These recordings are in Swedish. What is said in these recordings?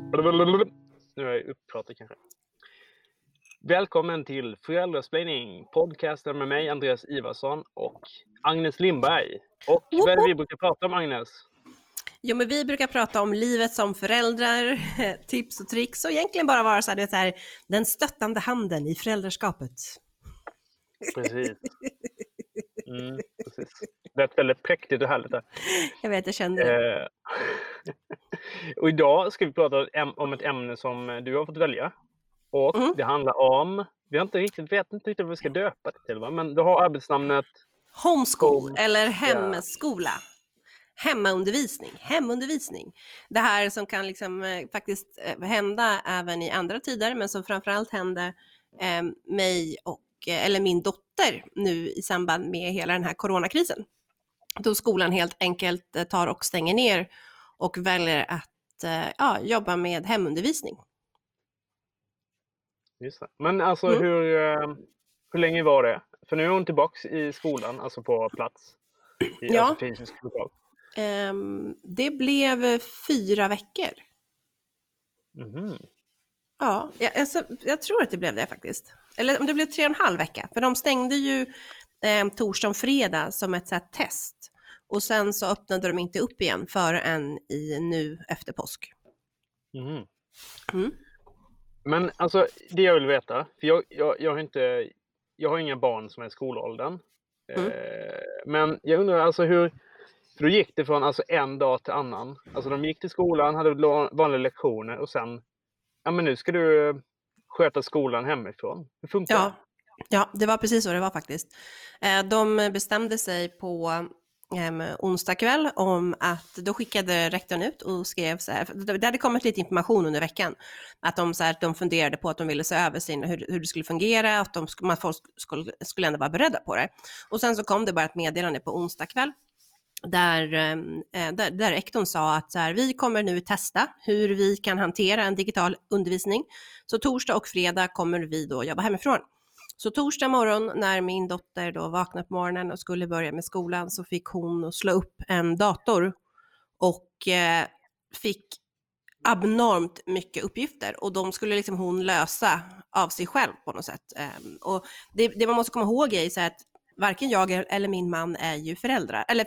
Nu är jag upppratat kanske. Välkommen till Föräldrasplaining, podcasten med mig Andreas Ivarsson och Agnes Lindberg. Och vad är det vi brukar prata om, Agnes? Jo, men vi brukar prata om livet som föräldrar, tips och tricks och egentligen bara vara så här, den stöttande handen i föräldraskapet. Precis. Precis. Det är väldigt präktigt och härligt där. Jag vet, jag kände det. Och idag ska vi prata om ett ämne som du har fått välja. Och det handlar om, vet inte riktigt vad vi ska döpa det till, va? Men du har arbetsnamnet Homeschool eller hemskola. Hemundervisning. Det här som kan liksom faktiskt hända även i andra tider, men som framförallt hände mig eller min dotter nu i samband med hela den här coronakrisen. Då skolan helt enkelt tar och stänger ner och väljer att jobba med hemundervisning. Just det. Men alltså hur länge var det? För nu är hon tillbaka i skolan, alltså på plats. Alltså fysisk lokal. Det blev 4 veckor. Mm. Ja, jag tror att det blev det faktiskt. Eller om det blev 3,5 vecka. För de stängde ju torsdag och fredag som ett så här test. Och sen så öppnade de inte upp igen förrän nu efter påsk. Men alltså det jag vill veta, för jag har inga barn som är i skolåldern. Men jag undrar alltså för då gick det från alltså en dag till annan. Alltså de gick till skolan, hade vanliga lektioner och sen, men nu ska du sköta skolan hemifrån. Hur funkar det? Ja, det var precis så det var faktiskt. De bestämde sig på onsdag kväll om att då skickade rektorn ut och skrev så här, det hade kommit lite information under veckan, att de funderade på att de ville se över hur det skulle fungera, att folk skulle ändå vara beredda på det. Och sen så kom det bara ett meddelande på onsdag kväll där rektorn sa att så här, vi kommer nu testa hur vi kan hantera en digital undervisning. Så torsdag och fredag kommer vi då jobba hemifrån. Så torsdag morgon när min dotter då vaknade på morgonen och skulle börja med skolan, så fick hon slå upp en dator och fick abnormt mycket uppgifter, och de skulle liksom hon lösa av sig själv på något sätt. Och det man måste komma ihåg är så att varken jag eller min man är ju föräldrar. Eller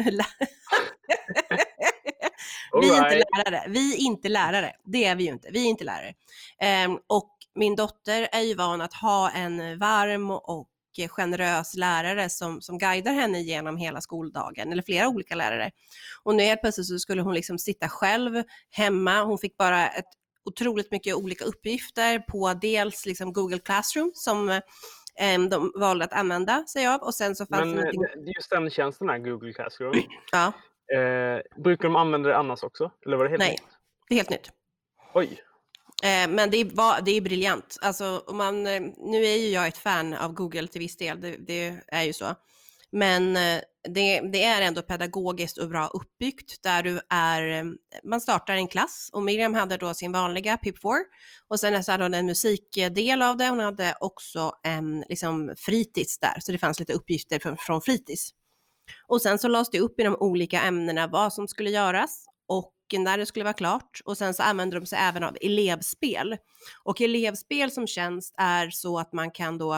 Vi är inte lärare. Det är vi ju inte. Vi är inte lärare. Och min dotter är ju van att ha en varm och generös lärare som guidar henne genom hela skoldagen, eller flera olika lärare. Och nu helt plötsligt så skulle hon liksom sitta själv hemma. Hon fick bara otroligt mycket olika uppgifter på dels liksom Google Classroom som de valde att använda sig av, och sen så fanns det just den tjänsten här, Google Classroom. Ja. Brukar de använda det annars också? Eller var det helt nytt? Nej, det är helt nytt. Oj. Men det är briljant. Alltså, nu är ju jag ett fan av Google till viss del, det är ju så. Men det är ändå pedagogiskt och bra uppbyggt, där man startar en klass, och Miriam hade då sin vanliga PIP4, och sen så hade hon en musikdel av det. Hon hade också liksom fritids där, så det fanns lite uppgifter från fritids. Och sen så lades det upp i de olika ämnena vad som skulle göras och när det skulle vara klart. Och sen så använder de sig även av elevspel. Och elevspel som tjänst är så att man kan då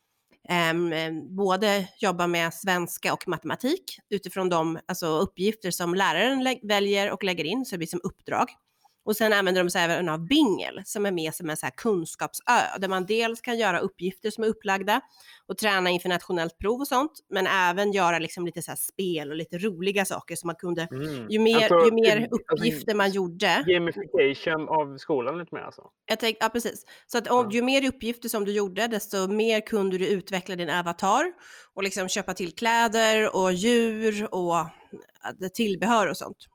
både jobba med svenska och matematik utifrån de uppgifter som läraren väljer och lägger in, så det blir som uppdrag. Och sen använder de sig även av Bingel som är med som en så här kunskapsö, där man dels kan göra uppgifter som är upplagda och träna inför nationellt prov och sånt, men även göra liksom lite så här spel och lite roliga saker som man kunde, ju mer uppgifter man gjorde. Gamification av skolan lite mer alltså. Ja, precis. Så att ju mer uppgifter som du gjorde, desto mer kunde du utveckla din avatar och liksom köpa till kläder och djur och tillbehör och sånt.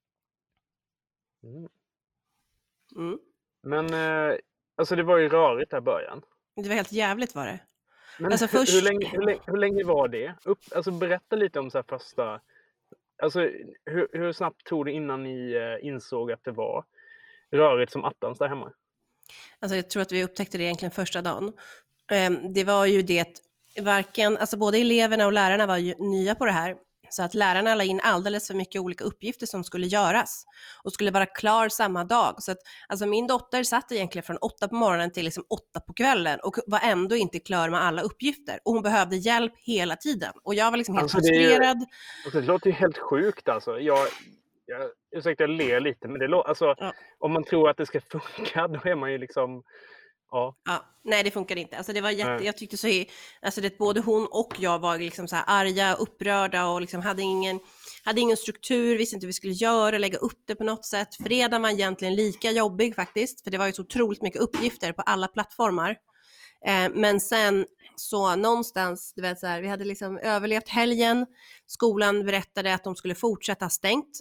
Men det var ju rörigt där i början. Det var helt jävligt var det. Men hur länge var det? Berätta lite om så här första... hur snabbt tog det innan ni insåg att det var rörigt som attans där hemma? Jag tror att vi upptäckte det egentligen första dagen. Det var ju det, både eleverna och lärarna var ju nya på det här. Så att lärarna la in alldeles för mycket olika uppgifter som skulle göras och skulle vara klar samma dag. Så att, alltså min dotter satt egentligen från 8 på morgonen till liksom 8 på kvällen och var ändå inte klar med alla uppgifter. Och hon behövde hjälp hela tiden. Och jag var liksom helt frustrerad. Det låter ju helt sjukt alltså. Ursäkta, jag ler lite, men det alltså, om man tror att det ska funka, då är man ju liksom... Ja. Nej, det funkar inte. Alltså det var jag tyckte så, alltså det, både hon och jag var liksom så här arga, upprörda och liksom hade ingen struktur, visste inte hur vi skulle göra, lägga upp det på något sätt. Fredagen var egentligen lika jobbig faktiskt, för det var ju så otroligt mycket uppgifter på alla plattformar. Men sen så någonstans, du vet så här, vi hade liksom överlevt helgen, skolan berättade att de skulle fortsätta stängt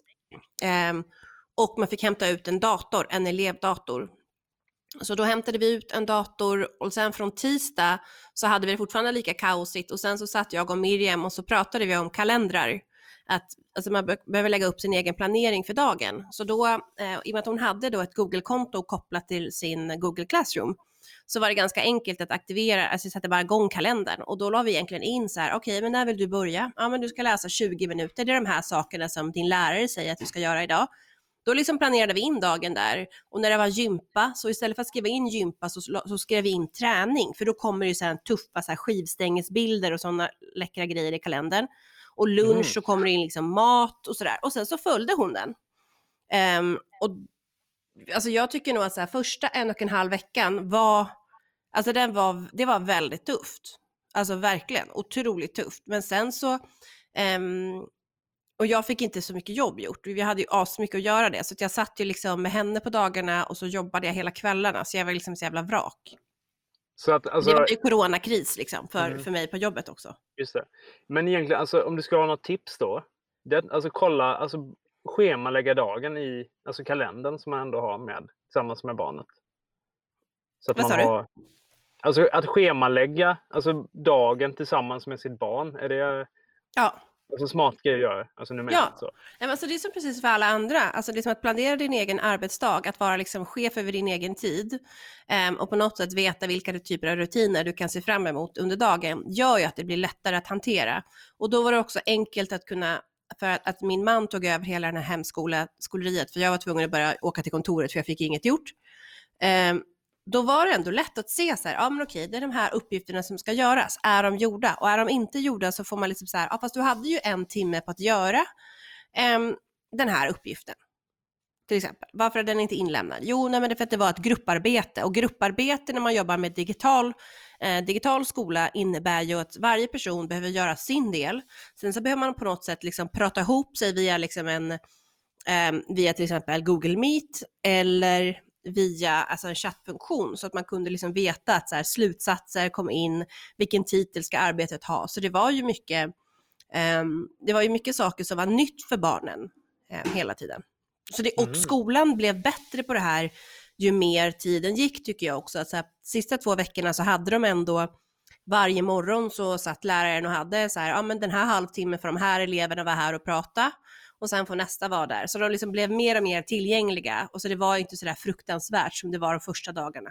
och man fick hämta ut en elevdator. Så då hämtade vi ut en dator och sen från tisdag så hade vi fortfarande lika kaosigt och sen så satt jag och Miriam och så pratade vi om kalendrar. Att alltså man behöver lägga upp sin egen planering för dagen. Så då, i och med att hon hade då ett Google-konto kopplat till sin Google Classroom, så var det ganska enkelt att aktivera, alltså sätta bara igång kalendern. Och då la vi egentligen in så här, okej, men när vill du börja? Ja, men du ska läsa 20 minuter, det är de här sakerna som din lärare säger att du ska göra idag. Då liksom planerade vi in dagen där, och när det var gympa, så istället för att skriva in gympa så skrev vi in träning, för då kommer det ju så här tuffa så här skivstängesbilder och sådana läckra grejer i kalendern. Och lunch så kommer det in liksom mat och sådär. Och sen så följde hon den. Och alltså jag tycker nog att så här, första 1,5 veckan var, alltså det var väldigt tufft. Alltså verkligen, otroligt tufft. Men sen så, och jag fick inte så mycket jobb gjort. Vi hade ju asmycket att göra det. Så att jag satt ju liksom med henne på dagarna och så jobbade jag hela kvällarna. Så jag var liksom så jävla vrak. Så att, alltså, det var ju coronakris liksom för mig på jobbet också. Just det. Men egentligen, alltså, om du ska ha något tips då. Alltså kolla, alltså schemalägga dagen i alltså kalendern som man ändå har med tillsammans med barnet. Så att vad man har, alltså att schemalägga alltså dagen tillsammans med sitt barn, är det alltså smart grej att göra, alltså numerärt så. Ja, alltså det är som precis för alla andra, alltså det är som att planera din egen arbetsdag, att vara liksom chef över din egen tid och på något sätt veta vilka typer av rutiner du kan se fram emot under dagen, gör ju att det blir lättare att hantera. Och då var det också enkelt att kunna, för att min man tog över hela den här hemskoleriet, för jag var tvungen att börja åka till kontoret för jag fick inget gjort. Då var det ändå lätt att se så här, ja men okej, det är de här uppgifterna som ska göras. Är de gjorda? Och är de inte gjorda så får man liksom så här, ja fast du hade ju 1 timme på att göra den här uppgiften. Till exempel. Varför är den inte inlämnad? Jo, nej, men det är för att det var ett grupparbete. Och grupparbete när man jobbar med digital skola innebär ju att varje person behöver göra sin del. Sen så behöver man på något sätt liksom prata ihop sig via liksom via till exempel Google Meet eller via alltså en chattfunktion, så att man kunde liksom veta att så här, slutsatser kom in, vilken titel ska arbetet ha. Så det var ju mycket saker som var nytt för barnen hela tiden. Så och skolan blev bättre på det här ju mer tiden gick, tycker jag också. Att så här, sista 2 veckorna så hade de ändå varje morgon så satt läraren och hade så här, ja men den här halvtimmen för de här eleverna var här och prata. Och sen får nästa vara där. Så de liksom blev mer och mer tillgängliga. Och så det var inte så där fruktansvärt som det var de första dagarna.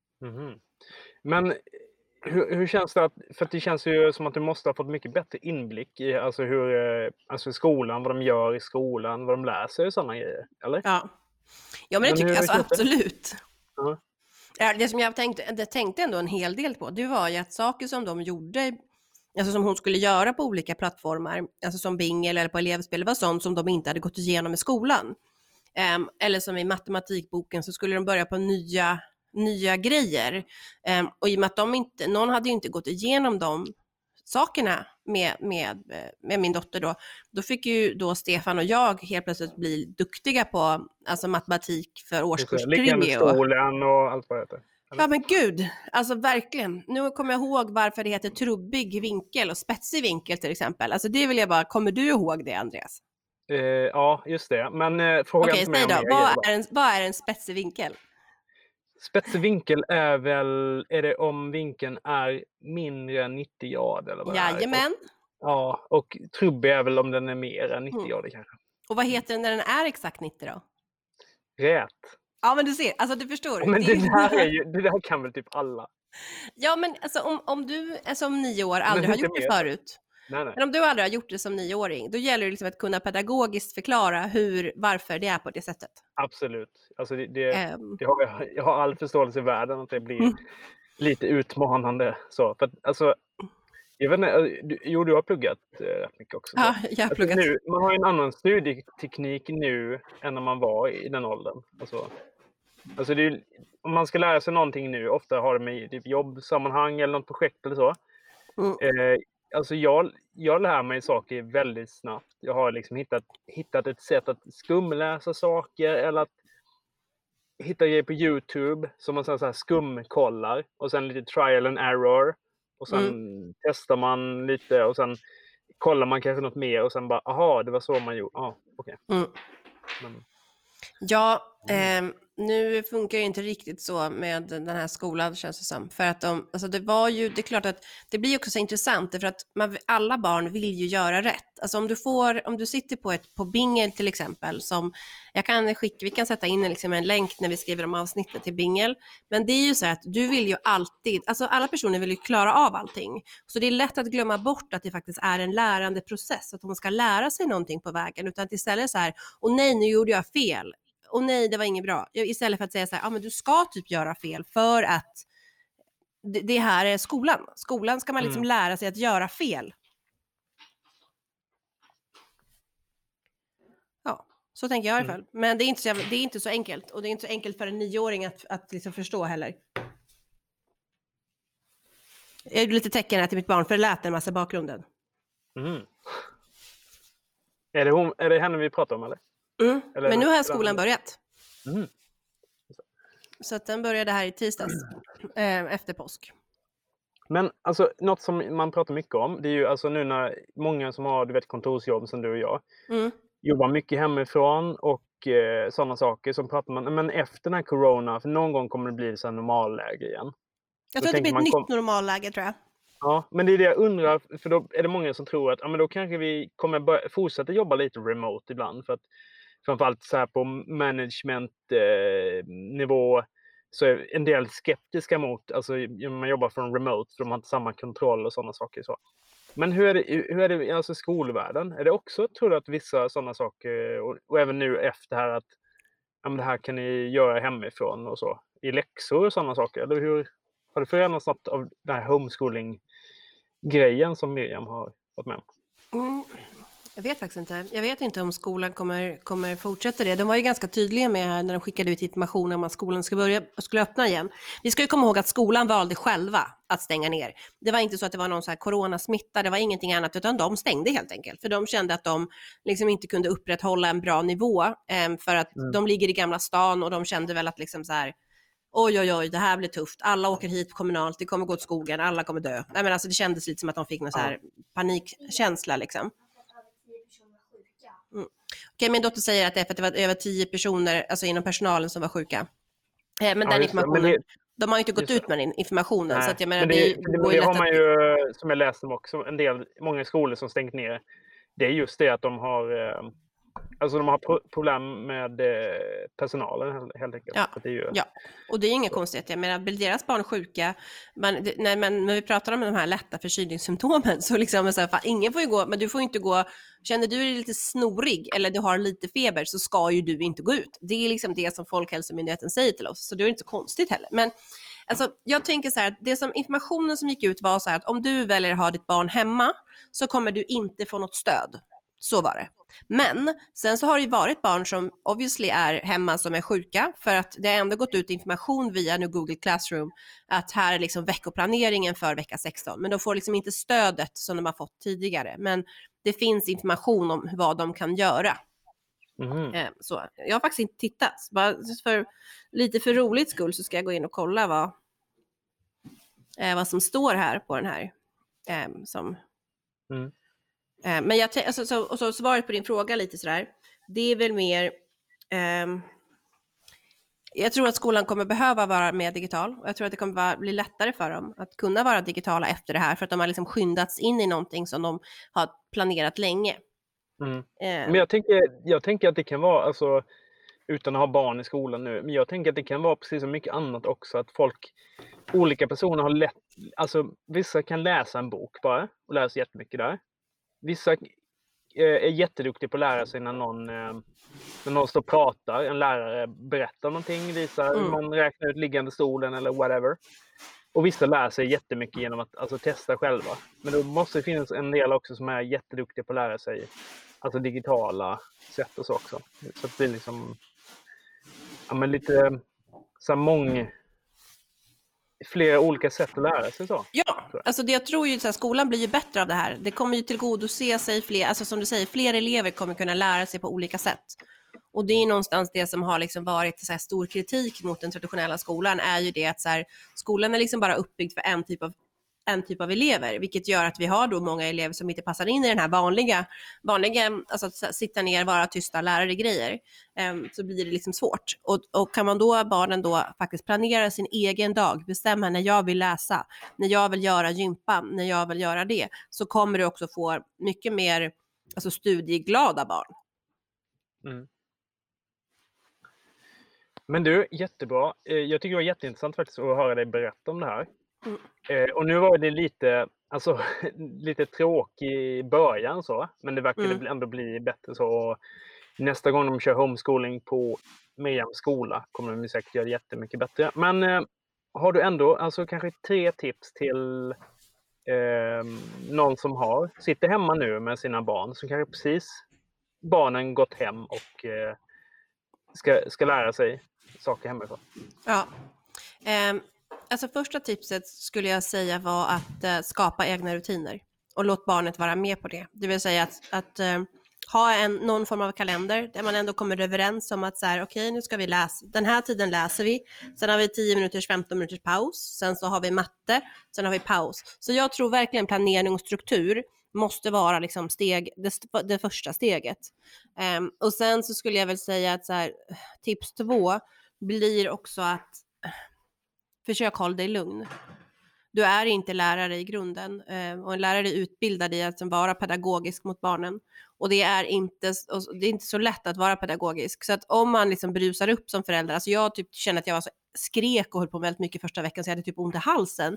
Men hur känns det? För att det känns ju som att du måste ha fått mycket bättre inblick i alltså hur alltså skolan, vad de gör i skolan, vad de läser och sådana grejer, eller? Ja men det tycker jag alltså, absolut. Det som jag tänkte ändå en hel del på, det var ju att saker som de gjorde, alltså som hon skulle göra på olika plattformar, alltså som Bing eller på elevspel, var sånt som de inte hade gått igenom i skolan. Eller som i matematikboken så skulle de börja på nya grejer. Och i och med att någon hade ju inte gått igenom de sakerna med min dotter då fick ju då Stefan och jag helt plötsligt bli duktiga på alltså matematik för årskurs 3. Liggande stolen och allt vad det heter. Ja men gud, alltså verkligen. Nu kommer jag ihåg varför det heter trubbig vinkel och spetsig vinkel till exempel. Alltså det vill jag bara, kommer du ihåg det, Andreas? Ja, just det. Men frågan okej, säg då, vad är en spetsig vinkel? Spetsig vinkel är det om vinkeln är mindre än 90 grader eller vad? Jajamän. Ja, och trubbig är väl om den är mer än 90 grader kanske. Och vad heter den när den är exakt 90 då? Rät. Ja men du ser, alltså du förstår. Ja, men det där kan väl typ alla. Ja men alltså om du som 9 år aldrig har gjort det förut. Nej, nej. Men om du aldrig har gjort det som 9-åring, då gäller det liksom att kunna pedagogiskt förklara varför det är på det sättet. Absolut. Alltså Ehm, det har jag har all förståelse i världen att det blir mm, lite utmanande så. För att, alltså, jag vet inte, du har pluggat rätt mycket också. Så. ja, jag har Alltså, pluggat. nu, man har ju en annan studieteknik nu än när man var i den åldern. Alltså om man ska lära sig någonting nu, ofta har det med typ jobbsammanhang eller något projekt eller så. Mm, Alltså jag lär mig saker väldigt snabbt. Jag har liksom hittat ett sätt att skumläsa saker eller att hitta grejer på YouTube som man så här skumkollar och sen lite trial and error och sen testar man lite och sen kollar man kanske något mer och sen bara aha, det var så man gjorde. Ja, okej. mm. Men Ja, nu funkar det inte riktigt så med den här skolan, känns det som. För att alltså det är klart att det blir också så intressant, för att alla barn vill ju göra rätt. Alltså om du sitter på Bingel till exempel, som vi kan sätta in liksom en länk när vi skriver om avsnittet till Bingel. Men det är ju så att du vill ju alltid, alltså alla personer vill ju klara av allting. Så det är lätt att glömma bort att det faktiskt är en lärande process, att man ska lära sig någonting på vägen, utan att istället så här, och nej, nu gjorde jag fel. Och nej, det var inget bra. Istället för att säga så här, men du ska typ göra fel för att det här är skolan. Skolan ska man liksom lära sig att göra fel. Ja, så tänker jag i alla fall. Men det är inte så enkelt. Och det är inte så enkelt för en 9-åring att liksom förstå heller. Jag gjorde lite tecken här till mitt barn, för det lät en massa i bakgrunden. Är det henne vi pratar om eller? Eller men nu har skolan börjat. Mm. Så att den började här i tisdags efter påsk. Men alltså något som man pratar mycket om, det är ju alltså nu när många som har kontorsjobb som du och jag jobbar mycket hemifrån och sådana saker, som pratar man men efter den här corona, för någon gång kommer det bli så här normalläge igen. Jag tror att det blir ett nytt normalläge, tror jag. Ja, men det är det jag undrar, för då är det många som tror att men då kanske vi kommer fortsätta jobba lite remote ibland, för att framförallt så här på management-nivå så är en del skeptiska mot, alltså man jobbar från remote för de har inte samma kontroll och sådana saker. Så. Men hur är det alltså skolvärlden? Är det också, tror du, att vissa sådana saker, och även nu efter här, att det här kan ni göra hemifrån och så, i läxor och sådana saker? Eller hur har det förändrats något av den här homeschooling-grejen som Miriam har varit med om? Jag vet faktiskt inte. Jag vet inte om skolan kommer fortsätta det. De var ju ganska tydliga med här när de skickade ut information om att skolan skulle öppna igen. Vi ska ju komma ihåg att skolan valde själva att stänga ner. Det var inte så att det var någon så här coronasmitta, det var ingenting annat, utan de stängde helt enkelt. För de kände att de liksom inte kunde upprätthålla en bra nivå, för att de ligger i Gamla stan och de kände väl att liksom så här, oj, det här blir tufft. Alla åker hit kommunalt, det kommer gå åt skogen, alla kommer dö. Nej, men alltså det kändes lite som att de fick någon så här panikkänsla liksom. Okej, min dotter säger att det är för att det var över 10 personer alltså inom personalen som var sjuka. Men den informationen, de har ju inte gått ut med den informationen. Så att jag menar, det har man ju, som jag läste om också, många skolor som stängt ner. Det är just det att de har problem med personalen helt enkelt. Ja, och det är inga konstigheter. Jag menar, blir deras barn sjuka, när vi pratar om de här lätta förkylningssymptomen, så liksom så här, ingen får ju gå, men du får inte gå, känner du dig lite snorig eller du har lite feber, så ska ju du inte gå ut. Det är liksom det som Folkhälsomyndigheten säger till oss, så det är inte så konstigt heller. Men alltså, jag tänker så här, att det som informationen som gick ut var så här, att om du väljer att ha ditt barn hemma så kommer du inte få något stöd. Så var det. Men sen så har det ju varit barn som obviously är hemma som är sjuka, för att det har ändå gått ut information via nu Google Classroom att här är liksom veckoplaneringen för vecka 16, men de får liksom inte stödet som de har fått tidigare, men det finns information om vad de kan göra. Så jag har faktiskt inte tittat, bara lite för roligt skull så ska jag gå in och kolla vad som står här på den här men så svaret på din fråga lite sådär, det är väl mer jag tror att skolan kommer behöva vara mer digital, och jag tror att det kommer bli lättare för dem att kunna vara digitala efter det här, för att de har liksom skyndats in i någonting som de har planerat länge. Men jag tänker att det kan vara, alltså, utan att ha barn i skolan nu, men jag tänker att det kan vara precis som mycket annat också, att olika personer har lätt, alltså vissa kan läsa en bok bara och läsa jättemycket där. vissa är jätteduktiga på att lära sig när någon står och pratar, en lärare berättar någonting, visar hur man räknar ut liggande stolen eller whatever. Och vissa lär sig jättemycket genom att alltså, testa själva. Men då måste det finnas en del också som är jätteduktiga på att lära sig alltså digitala sätt och så också. Så att det är liksom lite så här flera olika sätt att lära sig så. Ja, alltså det jag tror ju att skolan blir ju bättre av det här. Det kommer ju tillgodose sig fler, alltså som du säger, fler elever kommer kunna lära sig på olika sätt. Och det är någonstans det som har liksom varit så här stor kritik mot den traditionella skolan, är ju det att så här, skolan är liksom bara uppbyggd för en typ av elever, vilket gör att vi har då många elever som inte passar in i den här vanliga alltså att sitta ner, vara tysta, lära dig grejer, så blir det liksom svårt. Och kan man då, barnen då faktiskt planera sin egen dag, bestämma när jag vill läsa, när jag vill göra gympa, när jag vill göra det, så kommer du också få mycket mer alltså studieglada barn. Mm. Men du, jättebra. Jag tycker det var jätteintressant faktiskt att höra dig berätta om det här. Och nu var det lite tråkig början så, men det verkar ändå bli bättre så. Och nästa gång de kör homeschooling på Miriams skola kommer de säkert göra jättemycket bättre. Men har du ändå alltså kanske 3 tips till någon som sitter hemma nu med sina barn, som kanske precis barnen gått hem och ska lära sig saker hemifrån? Ja. Alltså första tipset skulle jag säga var att skapa egna rutiner och låt barnet vara med på det. Det vill säga att ha någon form av kalender där man ändå kommer överens om att så här, okej, nu ska vi läsa, den här tiden läser vi, sen har vi 10 minuters, 15 minuters paus, sen så har vi matte, sen har vi paus. Så jag tror verkligen planering och struktur måste vara liksom det första steget. Och sen så skulle jag väl säga att så här, tips 2 blir också att försök hålla dig lugn. Du är inte lärare i grunden, och en lärare utbildar dig att vara pedagogisk mot barnen. Och det är inte så lätt att vara pedagogisk. Så att om man liksom brusar upp som förälder, alltså jag typ känner att jag var så skrek och höll på väldigt mycket första veckan så jag hade typ ont i halsen.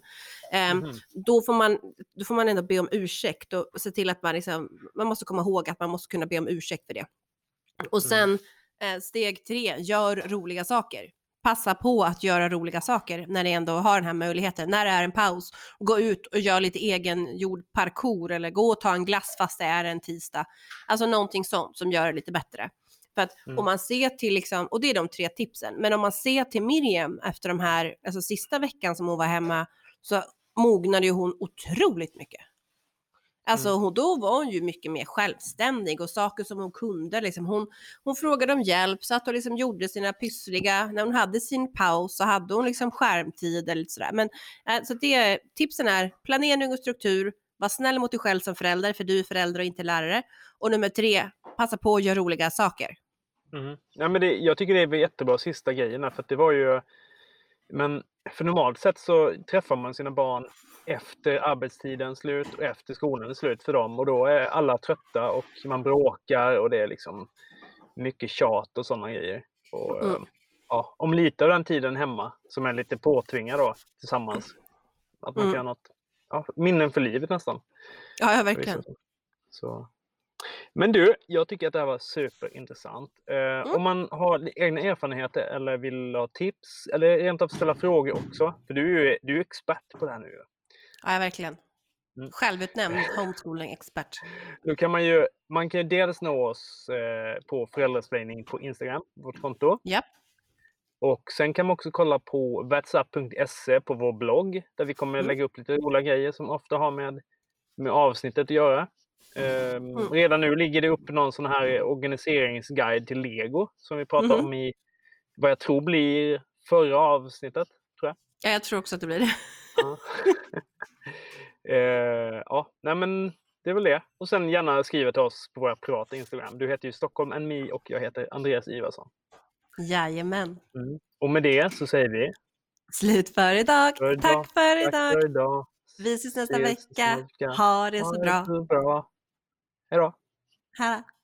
Då får man ändå be om ursäkt och se till att man måste komma ihåg att man måste kunna be om ursäkt för det. Och sen steg 3, gör roliga saker. Passa på att göra roliga saker när ni ändå har den här möjligheten. När det är en paus, gå ut och gör lite egengjord parkour eller gå och ta en glass fast det är en tisdag. Alltså någonting sånt som gör det lite bättre. För att om man ser till och det är de 3 tipsen, men om man ser till Miriam efter de här, alltså sista veckan som hon var hemma, så mognade ju hon otroligt mycket. Alltså då var hon ju mycket mer självständig och saker som hon kunde liksom, hon frågade om hjälp, så att hon liksom gjorde sina pyssliga, när hon hade sin paus så hade hon liksom skärmtid eller sådär. Men så tipsen är planering och struktur, var snäll mot dig själv som förälder, för du är förälder och inte lärare. Och nummer 3, passa på att göra roliga saker. Ja, men jag tycker det är jättebra sista grejerna, för att det var ju, men för normalt sett så träffar man sina barn efter arbetstidens slut och efter skolan är slut för dem, och då är alla trötta och man bråkar och det är liksom mycket tjat och sådana grejer. Och om lite av den tiden hemma som är lite påtvingad då tillsammans, att man kan göra något, minnen för livet nästan. Ja, verkligen. Så. Men du, jag tycker att det här var superintressant. Om man har egna erfarenheter eller vill ha tips eller rent av ställa frågor också, för du är expert på det här nu. Ja, verkligen. Självutnämnd homeschooling-expert. Då kan man kan ju dels nå oss på Föräldrasplaining på Instagram, vårt konto. Japp. Och sen kan man också kolla på whatsapp.se på vår blogg, där vi kommer lägga upp lite roliga grejer som ofta har med avsnittet att göra. Redan nu ligger det upp någon sån här organiseringsguide till Lego som vi pratade om i vad jag tror blir förra avsnittet, tror jag. Ja, jag tror också att det blir det. Nej men det är väl det. Och sen gärna skriva till oss på våra privata Instagram. Du heter ju Stockholm and Me och jag heter Andreas Ivarsson. Jajamän. Och med det så säger vi slut för idag. Tack för idag. Vi ses nästa vecka. Ha det så bra. Hej då.